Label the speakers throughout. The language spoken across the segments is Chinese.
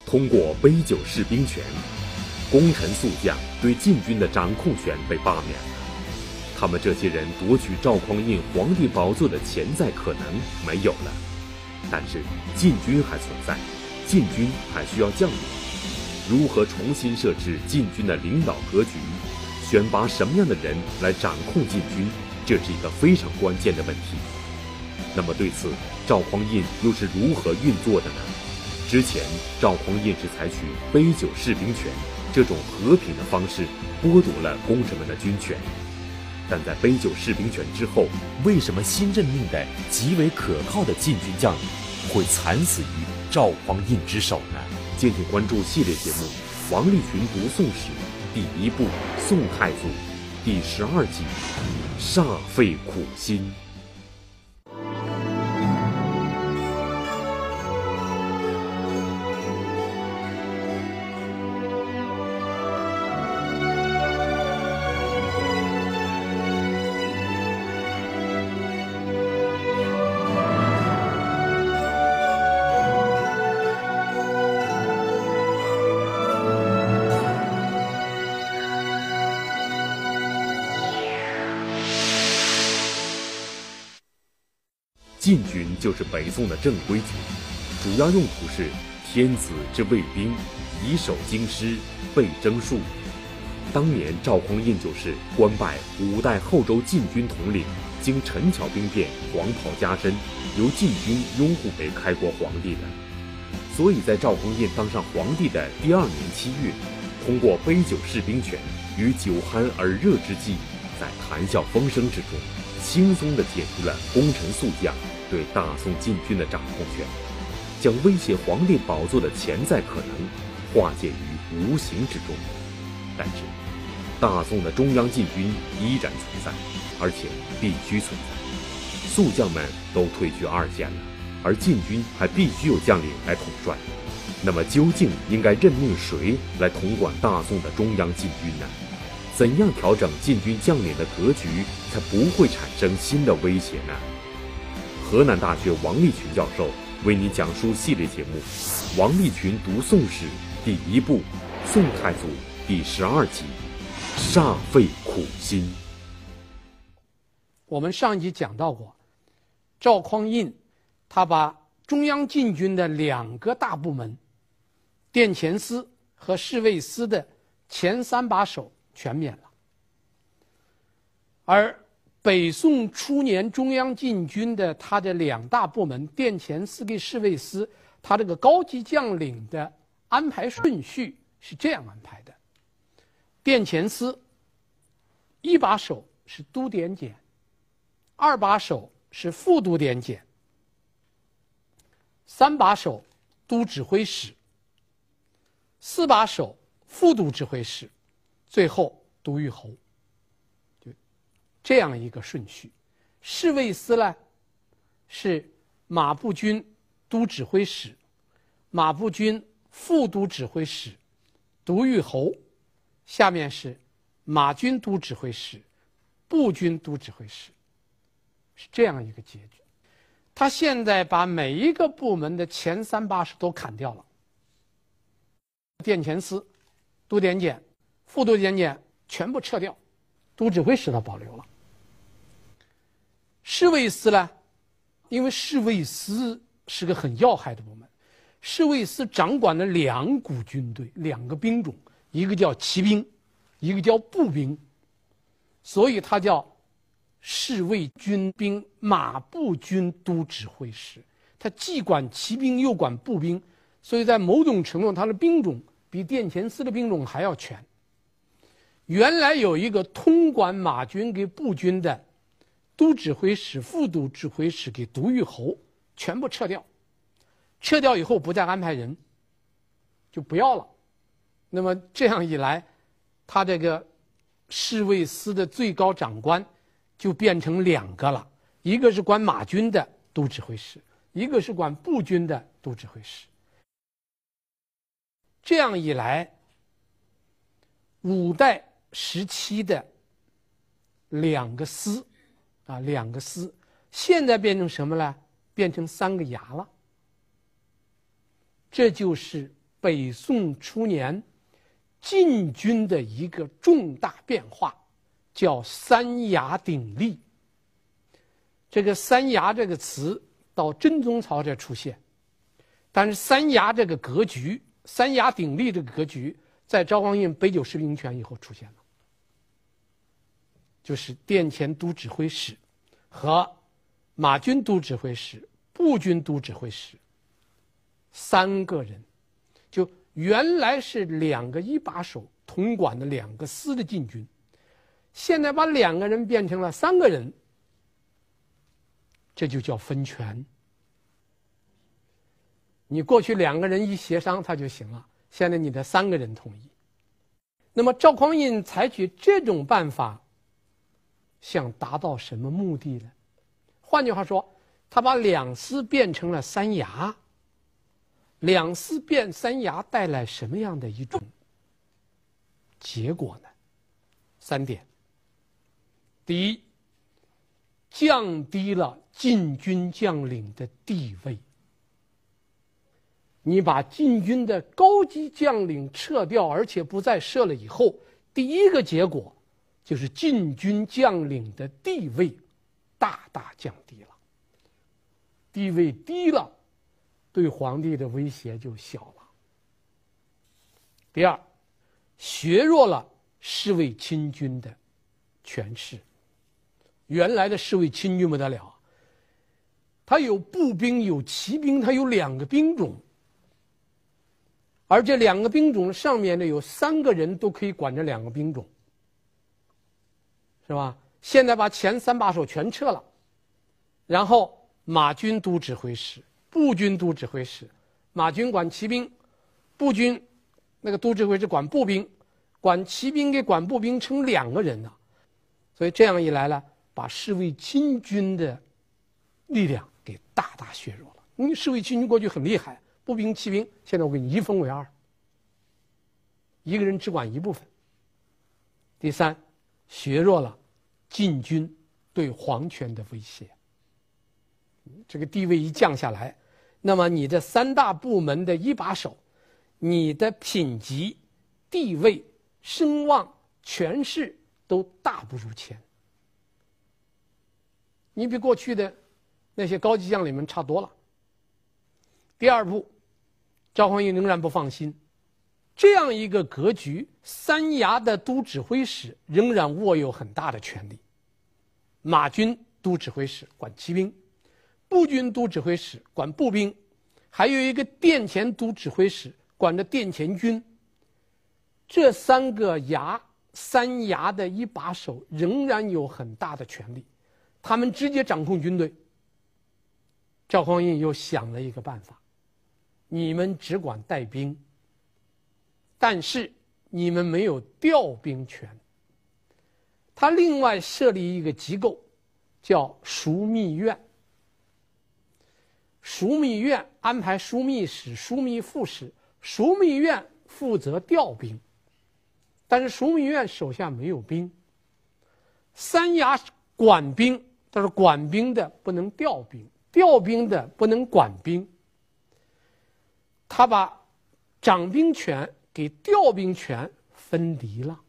Speaker 1: 通过杯酒释兵权，功臣宿将对禁军的掌控权被罢免了。他们这些人夺取赵匡胤皇帝宝座的潜在可能没有了，但是禁军还存在，禁军还需要将领。如何重新设置禁军的领导格局，选拔什么样的人来掌控禁军，这是一个非常关键的问题。那么对此，赵匡胤又是如何运作的呢？之前赵匡胤是采取杯酒释兵权这种和平的方式剥夺了功臣们的军权，但在杯酒释兵权之后，为什么新任命的极为可靠的禁军将领会惨死于赵匡胤之手呢？敬请关注系列节目《王立群读宋史》第1部《宋太祖》第12集《煞费苦心》。禁军就是北宋的正规军，主要用途是天子之卫兵，以守京师，备征戍。当年赵匡胤就是官拜5代后周禁军统领，经陈桥兵变，黄袍加身，由禁军拥护为开国皇帝的。所以在赵匡胤当上皇帝的第2年7月，通过杯酒释兵权，于酒酣耳热之际，在谈笑风生之中，轻松地解除了功臣宿将对大宋禁军的掌控权，将威胁皇帝宝座的潜在可能化解于无形之中。但是大宋的中央禁军依然存在，而且必须存在。宿将们都退居2线了，而禁军还必须有将领来统帅。那么究竟应该任命谁来统管大宋的中央禁军呢？怎样调整禁军将领的格局，才不会产生新的威胁呢？河南大学王立群教授为您讲述系列节目《王立群读宋史》第1部《宋太祖》第12集《煞费苦心》。
Speaker 2: 我们上一集讲到过，赵匡胤他把中央禁军的2个大部门，殿前司和侍卫司的前3把手全免了，而北宋初年中央禁军的他的2大部门殿前司跟侍卫司，他这个高级将领的安排顺序是这样安排的：殿前司1把手是都点检，2把手是副都点检，3把手都指挥使，4把手副都指挥使，最后都御侯。这样一个顺序。侍卫司呢是马步军都指挥使、马步军副都指挥使、都御侯，下面是马军都指挥使、步军都指挥使，是这样一个结局。他现在把每一个部门的前3把手都砍掉了，殿前司、都点检、副都点检全部撤掉，都指挥使他保留了。侍卫司呢，因为侍卫司是个很要害的部门，侍卫司掌管了2股军队，2个兵种，一个叫骑兵，一个叫步兵，所以他叫侍卫军兵马步军都指挥使。他既管骑兵又管步兵，所以在某种程度他的兵种比殿前司的兵种还要全。原来有一个通管马军给步军的都指挥使、副都指挥使给都御侯全部撤掉，撤掉以后不再安排人，就不要了。那么这样一来，他这个侍卫司的最高长官就变成2个了，一个是管马军的都指挥使，一个是管步军的都指挥使。这样一来，5代时期的2个司2个司，现在变成什么了？变成3个衙了。这就是北宋初年禁军的一个重大变化，叫三衙鼎立。这个三衙这个词到真宗朝这出现，但是三衙这个格局，三衙鼎立这个格局，在赵匡胤北九十兵权以后出现了，就是殿前都指挥使和马军都指挥使、步军都指挥使3个人，就原来是2个一把手统管的2个司的禁军，现在把2个人变成了3个人，这就叫分权。你过去2个人一协商他就行了，现在你得3个人同意。那么赵匡胤采取这种办法，想达到什么目的呢？换句话说，他把2司变成了3衙。2司变3衙带来什么样的一种结果呢？3点。第一，降低了禁军将领的地位。你把禁军的高级将领撤掉，而且不再设了以后，第一个结果就是禁军将领的地位大大降低了。地位低了，对皇帝的威胁就小了。第二，削弱了侍卫亲军的权势。原来的侍卫亲军不得了，他有步兵，有骑兵，他有2个兵种，而这2个兵种上面呢有3个人都可以管这2个兵种，是吧？现在把前3把手全撤了，然后马军都指挥使、步军都指挥使，马军管骑兵，步军那个都指挥使管步兵，管骑兵给管步兵成2个人呢，所以这样一来呢，把侍卫亲军的力量给大大削弱了。因为侍卫亲军过去很厉害，步兵、骑兵，现在我给你一分为2，一个人只管一部分。第三，削弱了禁军对皇权的威胁。这个地位一降下来，那么你这3大部门的一把手，你的品级、地位、声望、权势都大不如前。你比过去的那些高级将领们差多了。第二步，赵匡胤仍然不放心，这样一个格局，3衙的都指挥使仍然握有很大的权力。马军都指挥使管骑兵，步军都指挥使管步兵，还有一个殿前都指挥使管着殿前军。这3个衙，3衙的一把手仍然有很大的权力，他们直接掌控军队。赵匡胤又想了一个办法，你们只管带兵，但是你们没有调兵权。他另外设立一个机构，叫枢密院。枢密院安排枢密使、枢密副使，枢密院负责调兵，但是枢密院手下没有兵。3衙管兵，但是管兵的不能调兵，调兵的不能管兵。他把掌兵权给调兵权分离了。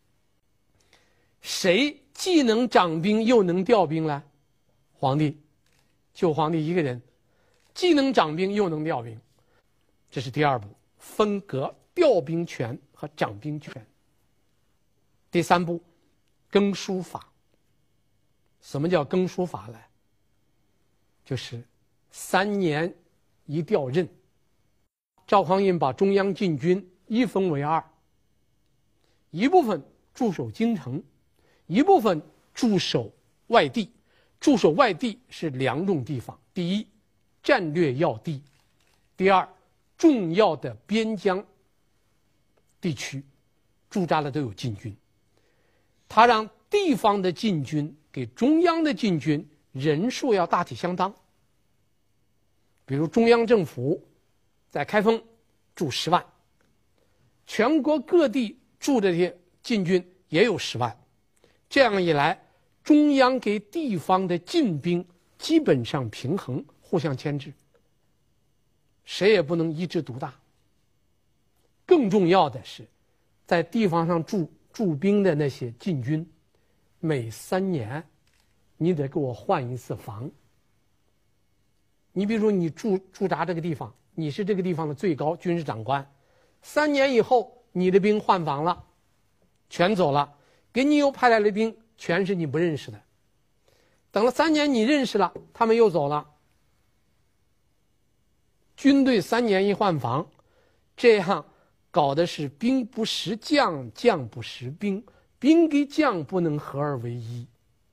Speaker 2: 谁既能掌兵又能调兵呢？皇帝，就皇帝一个人，既能掌兵又能调兵。这是第2步，分隔调兵权和掌兵权。第3步，更书法。什么叫更书法呢？就是3年一调任。赵匡胤把中央禁军一分为2，一部分驻守京城，一部分驻守外地。驻守外地是2种地方：第一，战略要地；第二，重要的边疆地区驻扎的都有禁军。他让地方的禁军给中央的禁军人数要大体相当。比如中央政府在开封驻10万，全国各地驻的这些禁军也有10万。这样一来，中央给地方的禁兵基本上平衡，互相牵制，谁也不能一枝独大。 更重要的是，在地方上驻兵的那些禁军，每3年，你得给我换一次防。你比如说，你驻扎这个地方，你是这个地方的最高军事长官，3年以后，你的兵换防了，全走了，给你又派来的兵全是你不认识的。等了3年，你认识了，他们又走了。军队3年一换防，这样搞的是兵不识将，将不识兵，兵跟将不能合二为一。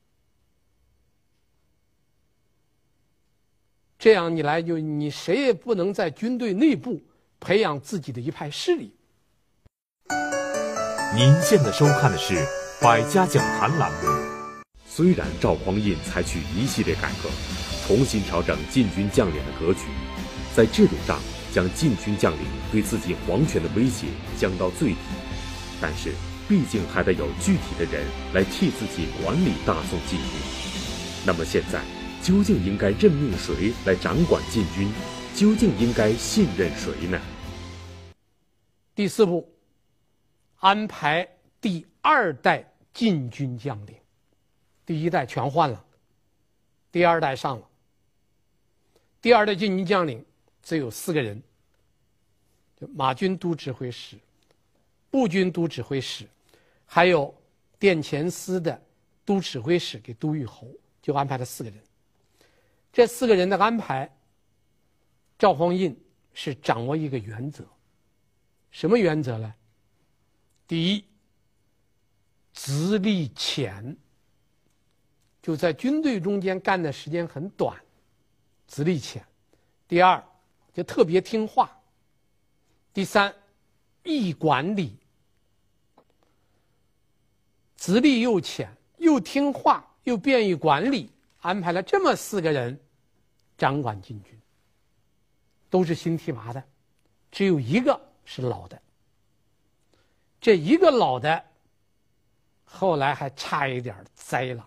Speaker 2: 这样你来你谁也不能在军队内部培养自己的一派势力。
Speaker 1: 您现在收看的是《百家讲坛》栏目。虽然赵匡胤采取一系列改革，重新调整禁军将领的格局，在制度上将禁军将领对自己皇权的威胁降到最低，但是毕竟还得有具体的人来替自己管理大宋禁军。那么现在究竟应该任命谁来掌管禁军？究竟应该信任谁呢？
Speaker 2: 第4步，安排第2代禁军将领。第1代全换了，第2代上了。第2代禁军将领只有4个人，就马军都指挥使、步军都指挥使，还有殿前司的都指挥使给都虞侯，就安排了4个人。这4个人的安排，赵匡胤是掌握一个原则，什么原则呢？第一，资历浅，就在军队中间干的时间很短，资历浅。第2，就特别听话。第3，易管理。资历又浅，又听话，又便于管理，安排了这么4个人掌管禁军，都是新提拔的，只有1个是老的。这1个老的后来还差一点栽了。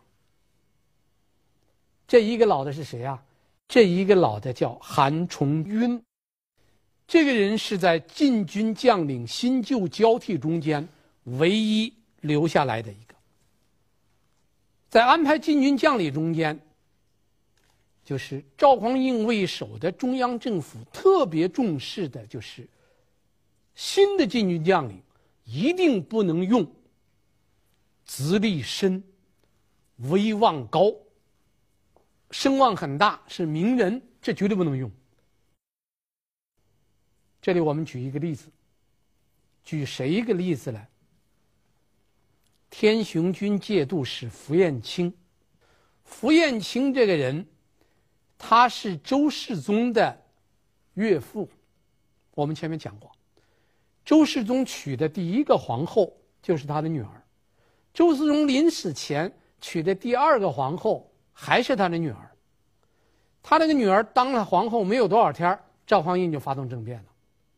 Speaker 2: 这1个老的是谁啊？这1个老的叫韩重晕，这个人是在禁军将领新旧交替中间唯一留下来的一个。在安排禁军将领中间，就是赵匡胤为首的中央政府特别重视的，就是新的禁军将领一定不能用资历深、威望高、声望很大是名人，这绝对不能用。这里我们举一个例子，举谁一个例子呢？天雄军节度使符彦卿。符彦卿这个人，他是周世宗的岳父。我们前面讲过，周世宗娶的第1个皇后就是他的女儿，周世宗临死前娶的第2个皇后还是他的女儿。他那个女儿当了皇后没有多少天，赵匡胤就发动政变了。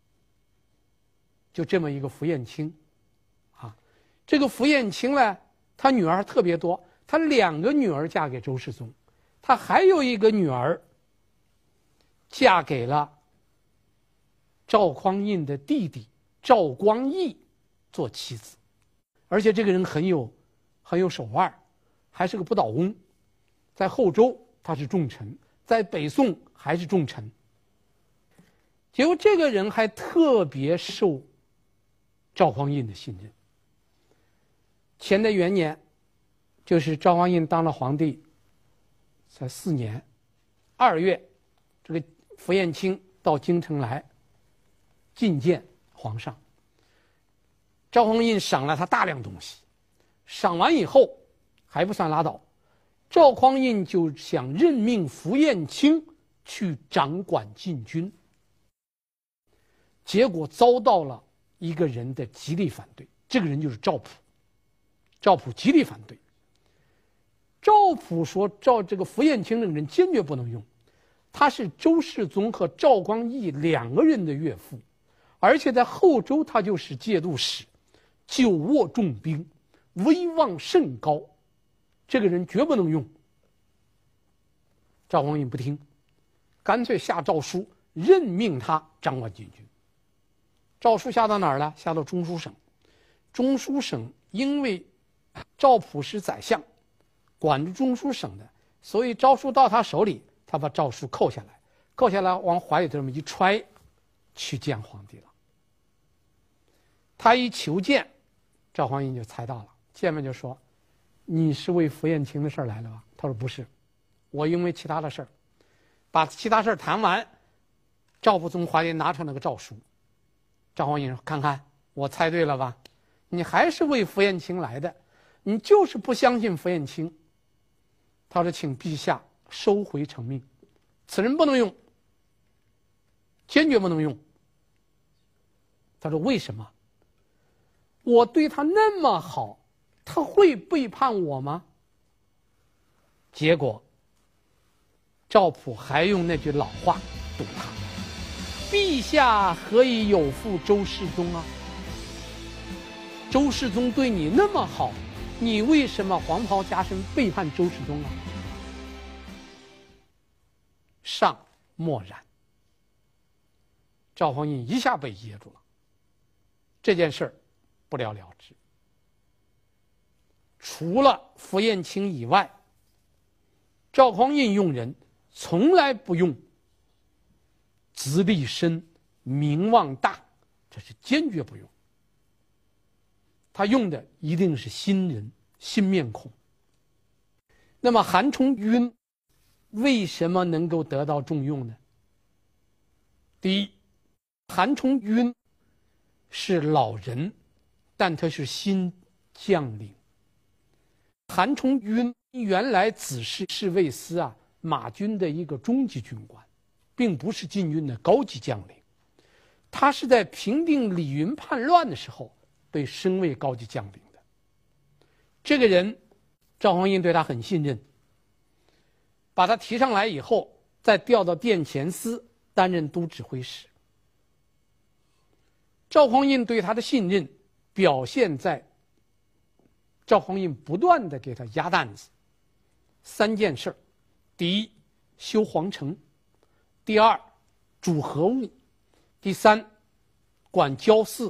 Speaker 2: 就这么一个符彦卿啊，这个符彦卿呢，他女儿特别多，他2个女儿嫁给周世宗，他还有一个女儿嫁给了赵匡胤的弟弟赵光义做妻子，而且这个人很有手腕，还是个不倒翁，在后周他是重臣，在北宋还是重臣。结果这个人还特别受赵匡胤的信任。乾德元年，就是赵匡胤当了皇帝才4年，2月，这个符彦卿到京城来觐见皇上。赵匡胤赏了他大量东西，赏完以后还不算拉倒，赵匡胤就想任命符彦卿去掌管禁军，结果遭到了一个人的极力反对，这个人就是赵普。赵普极力反对，赵普说这个符彦卿这个人坚决不能用，他是周世宗和赵光义2个人的岳父，而且在后周他就是节度使，久握重兵，威望甚高，这个人绝不能用。赵匡胤不听，干脆下诏书任命他掌管禁军。 诏书下到哪儿了？下到中书省。中书省因为赵普是宰相，管着中书省的，所以诏书到他手里，他把诏书扣下来，往怀里这么一揣，去见皇帝了。他一求见，赵匡胤就猜到了，见面就说：“你是为符彦卿的事儿来了吧？”他说：“不是，我因为其他的事儿。”把其他事儿谈完，赵普从怀里拿出那个诏书。赵匡胤说：“看看，我猜对了吧？你还是为符彦卿来的，你就是不相信符彦卿。”他说：“请陛下收回成命，此人不能用，坚决不能用。”他说：“为什么？我对他那么好，他会背叛我吗？”结果赵普还用那句老话堵他：“陛下何以有负周世宗啊？周世宗对你那么好，你为什么黄袍加身背叛周世宗啊？”尚默然。赵匡胤一下被噎住了，这件事儿不了了之。除了符彦卿以外，赵匡胤用人从来不用资历深、名望大，这是坚决不用。他用的一定是新人、新面孔。那么韩充晕为什么能够得到重用呢？第一，韩充晕是老人，但他是新将领。韩充晕原来只是侍卫司马军的一个中级军官，并不是禁军的高级将领。他是在平定李云叛乱的时候被升为高级将领的。这个人赵匡胤对他很信任，把他提上来以后，再调到殿前司担任都指挥使。赵匡胤对他的信任表现在赵匡胤不断的给他压担子。3件事：第一，修皇城；第二，主和务；第三，管郊祀。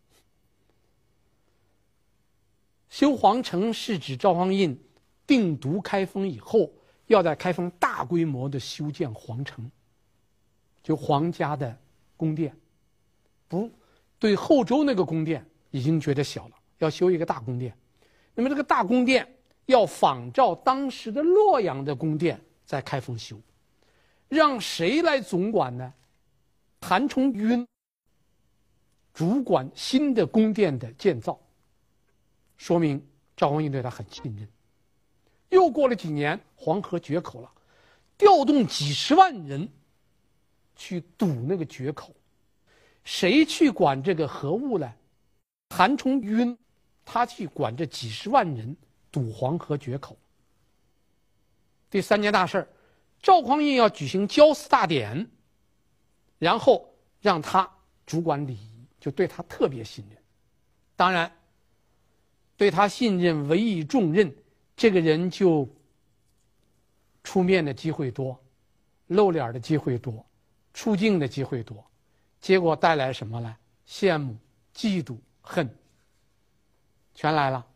Speaker 2: 修皇城是指赵匡胤定都开封以后，要在开封大规模的修建皇城，就皇家的宫殿。不，对后周那个宫殿已经觉得小了，要修一个大宫殿。那么这个大宫殿要仿照当时的洛阳的宫殿在开封修，让谁来总管呢？韩充晕主管新的宫殿的建造，说明赵匡胤对他很信任。又过了几年，黄河决口了，调动几十万人去堵那个决口。谁去管这个河务呢？韩充晕他去管这几十万人堵黄河决口。第3件大事，赵匡胤要举行郊祀大典，然后让他主管礼仪，就对他特别信任。当然对他信任委以重任，这个人就出面的机会多，露脸的机会多，出镜的机会多，结果带来什么呢？羡慕、嫉妒、恨，全来了。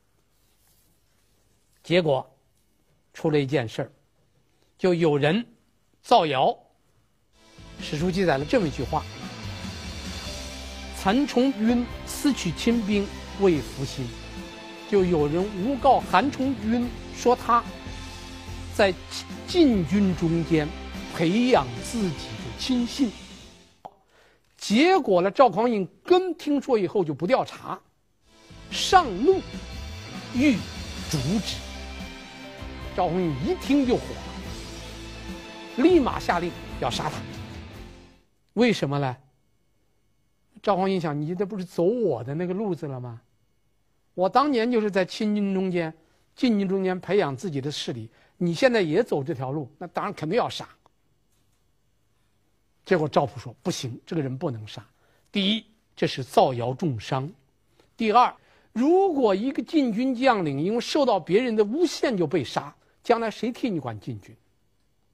Speaker 2: 结果出了一件事儿，就有人造谣。史书记载了这么一句话：韩充晕私取亲兵，为服心。就有人诬告韩充晕说他在禁军中间培养自己的亲信。结果呢，赵匡胤刚听说以后就不调查，上怒欲逐之。赵匡胤一听就火了，立马下令要杀他。为什么呢？赵匡胤想，你这不是走我的那个路子了吗？我当年就是在亲军中间、禁军中间培养自己的势力，你现在也走这条路，那当然肯定要杀。结果赵普说不行，这个人不能杀。第一，这是造谣重伤；第二，如果一个禁军将领因为受到别人的诬陷就被杀，将来谁替你管禁军？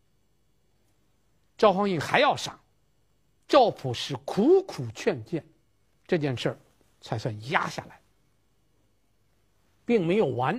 Speaker 2: 赵匡胤还要杀，赵普是苦苦劝谏， 这件事儿才算压下来，并没有完。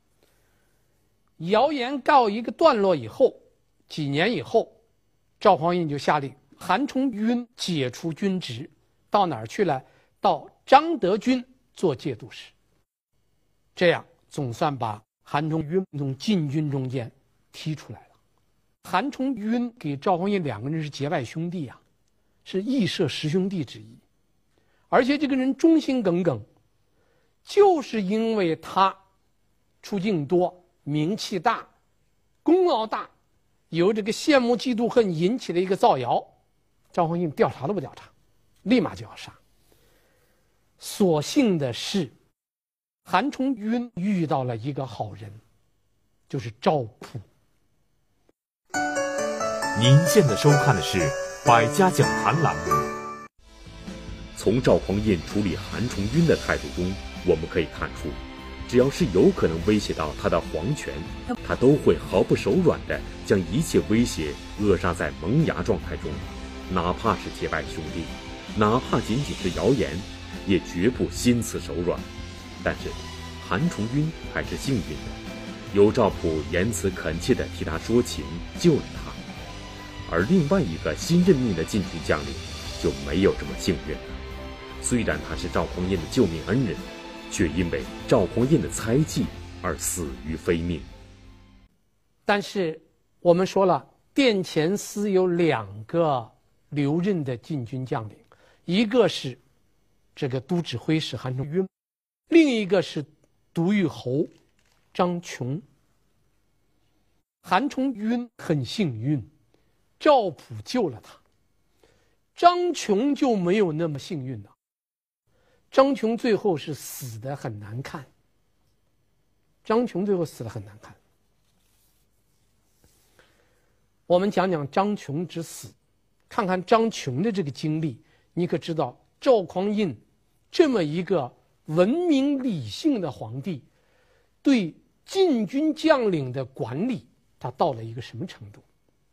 Speaker 2: 谣言告一个段落以后，几年以后，赵匡胤就下令韩重晕解除军职，到哪儿去了？到张德军做节度使。这样总算把韩重晕从禁军中间踢出来了。韩重晕给赵匡胤两个人是结拜兄弟啊，是义社十兄弟之一，而且这个人忠心耿耿，就是因为他出境多，名气大，功劳大，由这个羡慕嫉妒恨引起了一个造谣，赵匡胤调查都不调查，立马就要杀。所幸的是韩重晕遇到了一个好人，就是赵普。
Speaker 1: 您现在收看的是百家讲坛栏目。从赵匡胤处理韩重晕的态度中，我们可以看出，只要是有可能威胁到他的皇权，他都会毫不手软地将一切威胁扼杀在萌芽状态中，哪怕是结拜兄弟，哪怕仅仅是谣言，也绝不心慈手软。但是韩重晕还是幸运的，有赵普言辞恳切地替他说情，救了他。而另外一个新任命的禁军将领就没有这么幸运了。虽然他是赵匡胤的救命恩人，却因为赵匡胤的猜忌而死于非命。
Speaker 2: 但是我们说了，殿前司有两个留任的禁军将领，一个是这个都指挥使韩重晕，另一个是都虞侯张琼。韩重晕很幸运，赵普救了他，张琼就没有那么幸运了。张琼最后是死得很难看，我们讲讲张琼之死，看看张琼的这个经历，你可知道赵匡胤这么一个文明理性的皇帝，对禁军将领的管理，他到了一个什么程度？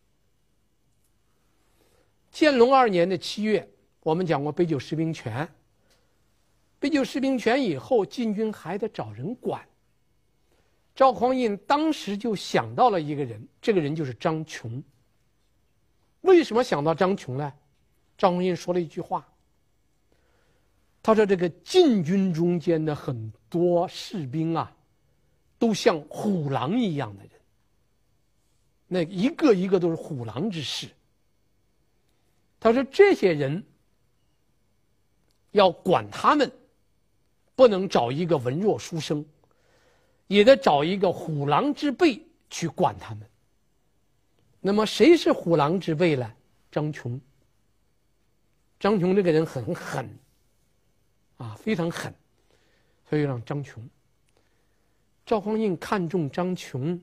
Speaker 2: 建隆2年的7月，我们讲过杯酒释兵权。杯酒释兵权以后，禁军还得找人管。赵匡胤当时就想到了一个人，这个人就是张琼。为什么想到张琼呢？赵匡胤说了一句话，他说这个禁军中间的很多士兵啊，都像虎狼一样的人，那一个一个都是虎狼之士。他说这些人要管他们，不能找一个文弱书生，也得找一个虎狼之辈去管他们。那么谁是虎狼之辈呢？张琼。张琼这个人很狠啊，非常狠，所以让张琼。赵匡胤看中张琼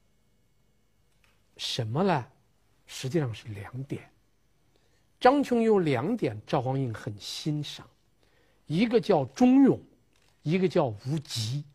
Speaker 2: 什么呢？实际上是2点。张琼有2点赵匡胤很欣赏，一个叫忠勇，一个叫无极。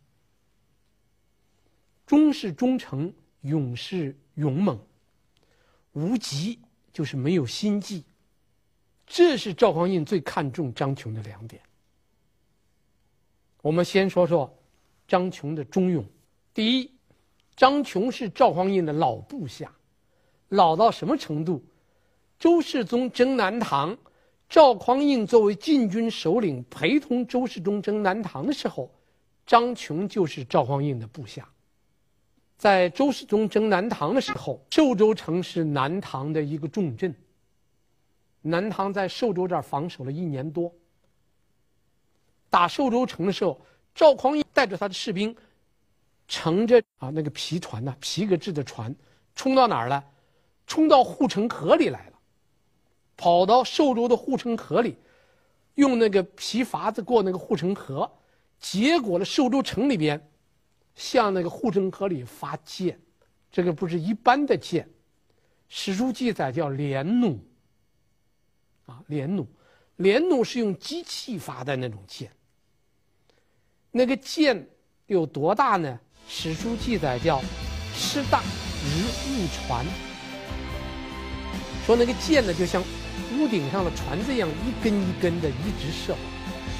Speaker 2: 忠是忠诚，勇是勇猛，无极就是没有心计。这是赵匡胤最看重张琼的2点。我们先说说张琼的忠勇。第一，张琼是赵匡胤的老部下，老到什么程度？周世宗征南唐，赵匡胤作为禁军首领陪同周世宗征南唐的时候，张琼就是赵匡胤的部下。在周世宗征南唐的时候，寿州城是南唐的一个重镇，南唐在寿州这儿防守了1年多。打寿州城的时候，赵匡胤带着他的士兵，乘着那个皮船呢，皮革制的船，冲到哪儿了？冲到护城河里来了。跑到寿州的护城河里，用那个皮筏子过那个护城河，结果呢，寿州城里边向那个护城河里发箭，这个不是一般的箭，史书记载叫连弩啊，连弩是用机器发的那种箭。那个箭有多大呢？史书记载叫师大如误船，说那个箭呢就像屋顶上的船这样一根一根的一直射，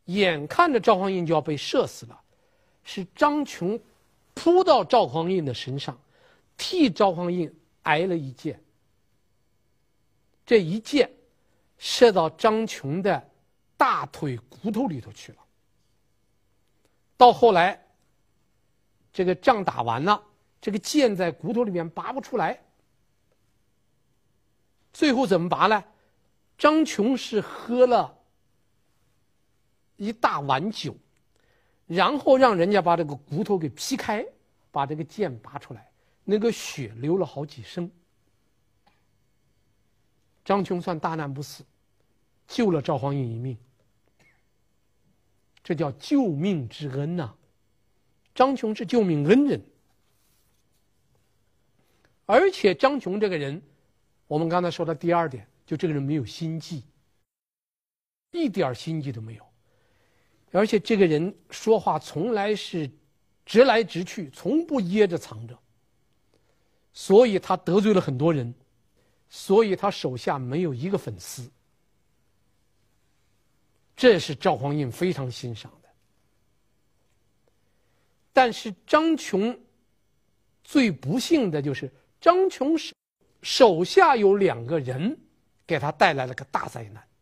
Speaker 2: 眼看着赵匡胤就要被射死了，是张琼扑到赵匡胤的身上，替赵匡胤挨了一箭。这一箭射到张琼的大腿骨头里头去了。到后来，这个仗打完了，这个箭在骨头里面拔不出来。最后怎么拔呢？张琼是喝了一大碗酒，然后让人家把这个骨头给劈开，把这个箭拔出来，那个血流了好几升。张琼算大难不死，救了赵匡胤一命，这叫救命之恩呐。张琼是救命恩人，而且张琼这个人，我们刚才说的第二点，就这个人没有心计，一点心计都没有，而且这个人说话从来是直来直去，从不掖着藏着，所以他得罪了很多人，所以他手下没有一个粉丝，这是赵匡胤非常欣赏的。但是张琼最不幸的就是张琼手下有2个人给他带来了个大灾难。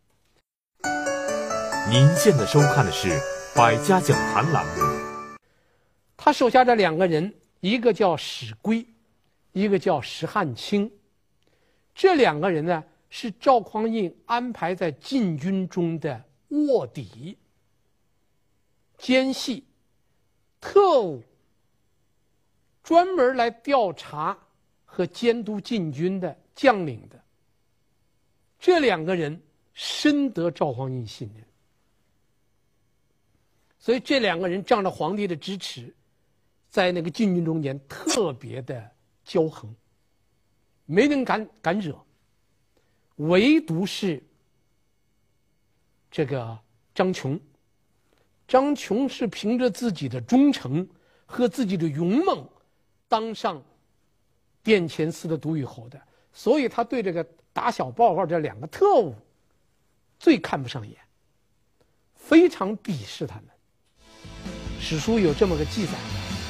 Speaker 1: 您现在收看的是百家讲坛栏目。
Speaker 2: 他手下这2个人，一个叫史圭，一个叫石汉卿。这2个人呢，是赵匡胤安排在禁军中的卧底、奸细、特务，专门来调查和监督禁军的将领的。这2个人深得赵匡胤信任，所以这2个人仗着皇帝的支持，在那个禁军中间特别的骄横，没人敢惹，唯独是这个张琼。张琼是凭着自己的忠诚和自己的勇猛当上殿前司的都虞侯的，所以他对这个打小报告这2个特务最看不上眼，非常鄙视他们。史书有这么个记载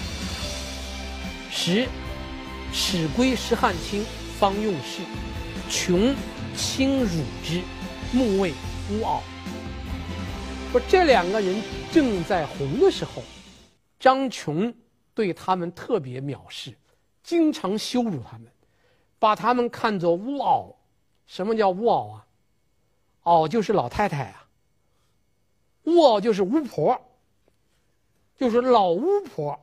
Speaker 2: 的：史圭、石汉卿方用事，琼轻辱之，目为乌傲。说这2个人正在红的时候，张琼对他们特别藐视，经常羞辱他们，把他们看作乌媪。什么叫乌媪啊？媪就是老太太啊，乌媪就是巫婆，就是老巫婆。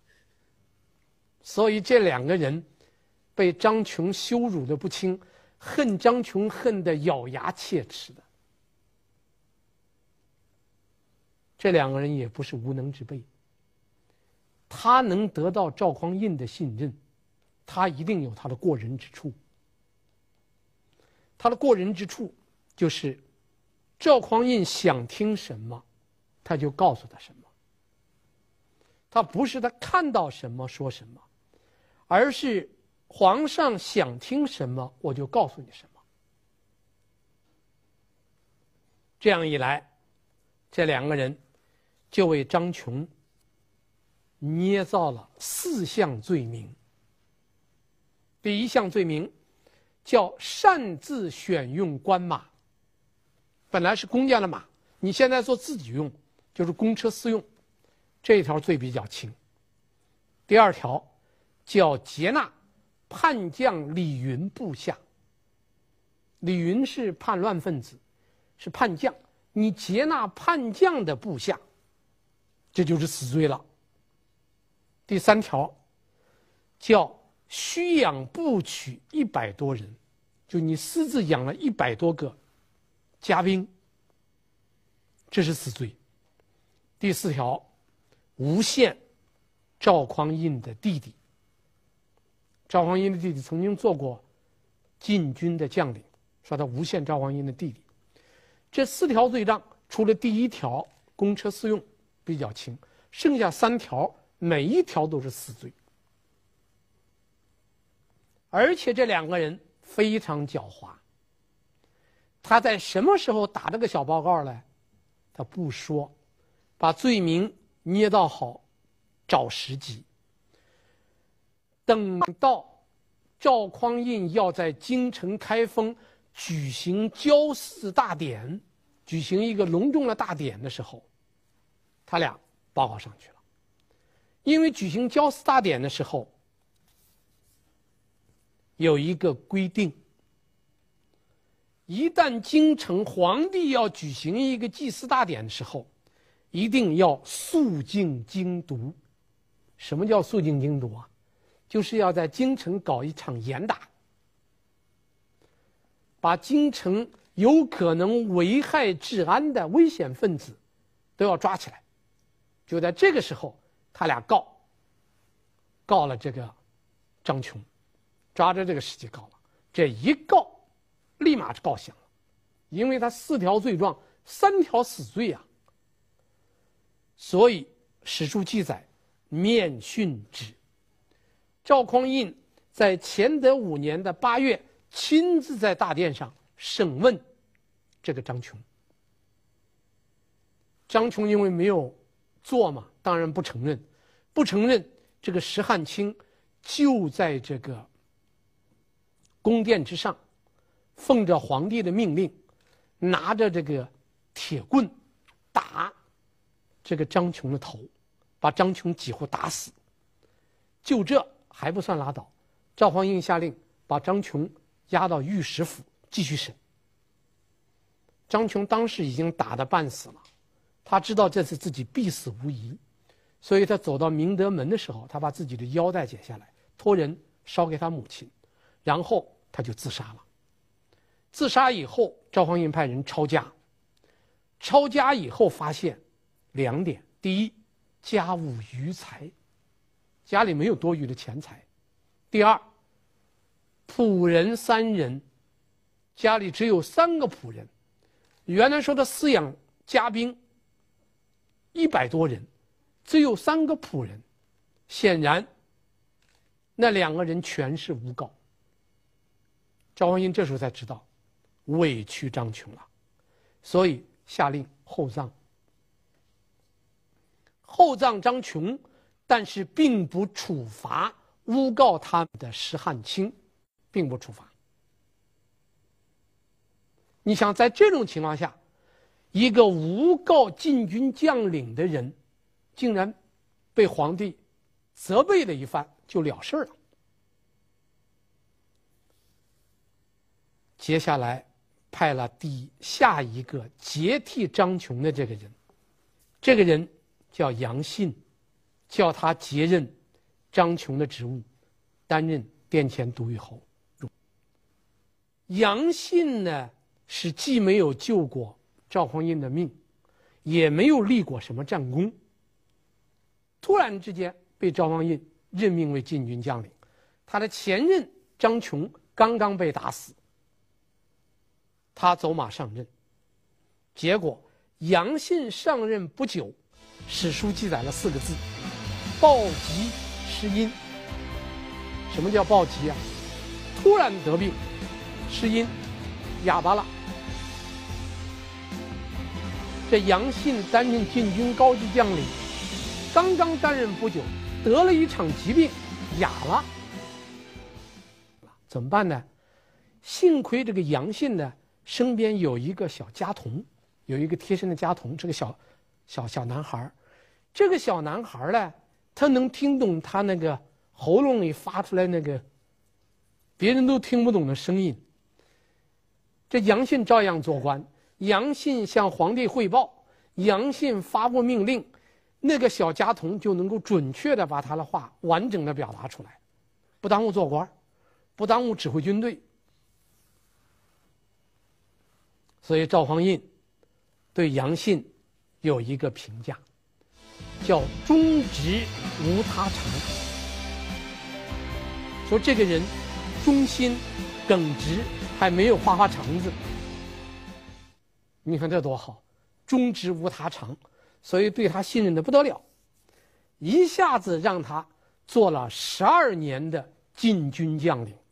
Speaker 2: 所以这2个人被张琼羞辱的不轻，恨张琼恨得咬牙切齿的。这2个人也不是无能之辈，他能得到赵匡胤的信任，他一定有他的过人之处。他的过人之处就是赵匡胤想听什么他就告诉他什么，他不是他看到什么说什么，而是皇上想听什么我就告诉你什么。这样一来，这2个人就为张琼捏造了4项罪名。第1项罪名叫擅自选用官马，本来是公家的马，你现在做自己用，就是公车私用，这一条罪比较轻。第2条叫劫纳叛将李云部下。李云是叛乱分子，是叛将，你劫纳叛将的部下，这就是死罪了。第3条叫虚养部曲100多人，就你私自养了100多个家兵，这是死罪。第4条诬陷赵匡胤的弟弟。赵匡胤的弟弟曾经做过禁军的将领，说他诬陷赵匡胤的弟弟。这4条罪状，除了第1条公车私用比较轻，剩下3条每一条都是死罪。而且这2个人非常狡猾，他在什么时候打这个小报告呢？他不说， 把罪名捏到好，找时机。等到赵匡胤要在京城开封举行交祀大典，举行一个隆重的大典的时候，他俩报告上去了。因为举行交祀大典的时候有一个规定，一旦京城皇帝要举行一个祭祀大典的时候，一定要肃静京都。什么叫肃静京都啊？就是要在京城搞一场严打，把京城有可能危害治安的危险分子都要抓起来。就在这个时候，他俩告了这个张琼，抓着这个时机告了。这一告，立马就告响了，因为他4条罪状，3条死罪啊。所以史书记载，面训之。赵匡胤在乾德5年的8月，亲自在大殿上审问这个张琼。张琼因为没有做嘛，当然不承认。不承认，这个石汉卿就在这个宫殿之上，奉着皇帝的命令，拿着这个铁棍打这个张琼的头，把张琼几乎打死。就这还不算拉倒，赵匡胤下令把张琼押到御史府继续审。张琼当时已经打得半死了，他知道这次自己必死无疑，所以他走到明德门的时候，他把自己的腰带解下来，托人烧给他母亲，然后他就自杀了。自杀以后，赵匡胤派人抄家，抄家以后发现2点：第一，家无余财，家里没有多余的钱财；第二，仆人3人，家里只有3个仆人。原来说的饲养家兵100多人，只有3个仆人，显然那2个人全是诬告。赵匡胤这时候才知道委屈张琼了，所以下令厚葬。厚葬张琼，但是并不处罚诬告他们的石汉卿，并不处罚。你想，在这种情况下，一个诬告禁军将领的人，竟然被皇帝责备了一番就了事了。接下来派了下一个接替张琼的这个人，这个人叫杨信，叫他接任张琼的职务，担任殿前都虞侯。杨信呢，是既没有救过赵匡胤的命，也没有立过什么战功，突然之间被赵匡胤任命为禁军将领。他的前任张琼刚刚被打死，他走马上任。结果杨信上任不久，史书记载了4个字：暴疾失阴。什么叫暴疾啊？突然得病，失阴，哑巴了。这杨信担任禁军高级将领，刚刚担任不久，得了一场疾病，哑了。怎么办呢？幸亏这个杨信呢，身边有一个小家童，有一个贴身的家童，这个小男孩。这个小男孩呢，他能听懂他那个喉咙里发出来那个别人都听不懂的声音。这杨信照样做官，杨信向皇帝汇报，杨信发布命令，那个小家童就能够准确地把他的话完整地表达出来，不耽误做官，不耽误指挥军队。所以赵匡胤对杨信有一个评价，叫忠直无他长，说这个人忠心耿直，还没有花肠子。你看这多好，忠直无他长，所以对他信任的不得了，一下子让他做了12年的禁军将领。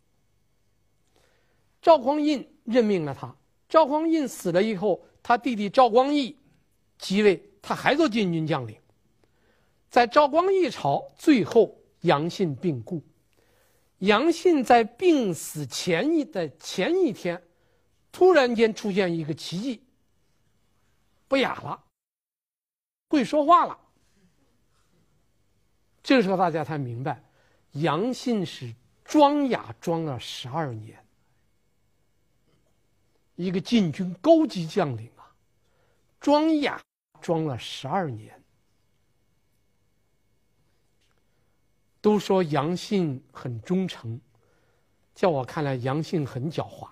Speaker 2: 赵匡胤任命了他，赵匡胤死了以后，他弟弟赵光义即位他还做禁军将领。在赵光义朝最后，杨信病故。杨信在病死前一天，突然间出现一个奇迹，不哑了，会说话了。这个时候大家才明白，杨信是装哑装了12年，一个禁军高级将领啊，装哑装了12年。都说杨信很忠诚，在我看来，杨信很狡猾。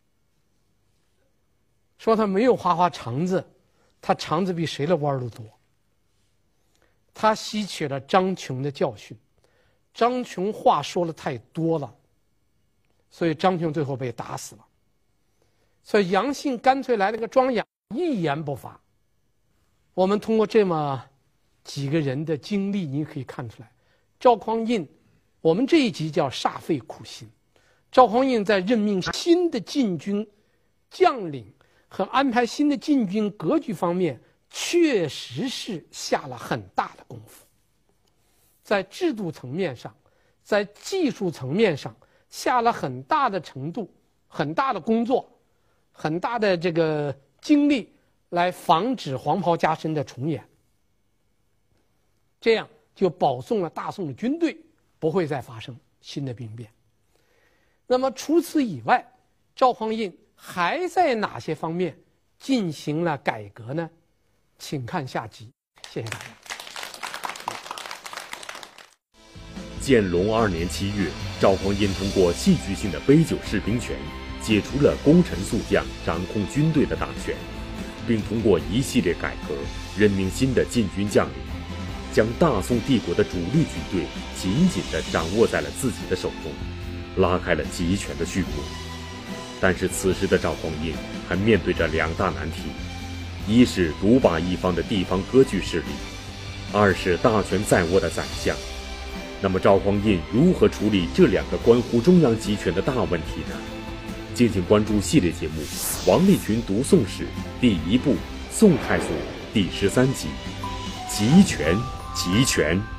Speaker 2: 说他没有花花肠子，他肠子比谁的弯都多。他吸取了张琼的教训，张琼话说的太多了，所以张琼最后被打死了。所以杨信干脆来了个装哑，一言不发。我们通过这么几个人的经历，你可以看出来，赵匡胤，我们这一集叫煞费苦心。赵匡胤在任命新的禁军将领和安排新的禁军格局方面，确实是下了很大的功夫。在制度层面上，在技术层面上，下了很大的程度、很大的工作、很大的这个精力，来防止黄袍加身的重演。这样就保送了大宋的军队不会再发生新的兵变。那么除此以外，赵匡胤还在哪些方面进行了改革呢？请看下集，谢谢大家。
Speaker 1: 建隆2年7月，赵匡胤通过戏剧性的杯酒释兵权，解除了功臣宿将掌控军队的大权，并通过一系列改革，任命新的禁军将领，将大宋帝国的主力军队紧紧地掌握在了自己的手中，拉开了集权的序幕。但是此时的赵匡胤还面对着2大难题：一是独霸一方的地方割据势力，二是大权在握的宰相。那么赵匡胤如何处理这2个关乎中央集权的大问题呢？敬请关注系列节目《王立群读宋史》第1部《宋太祖》第13集：集权，集权。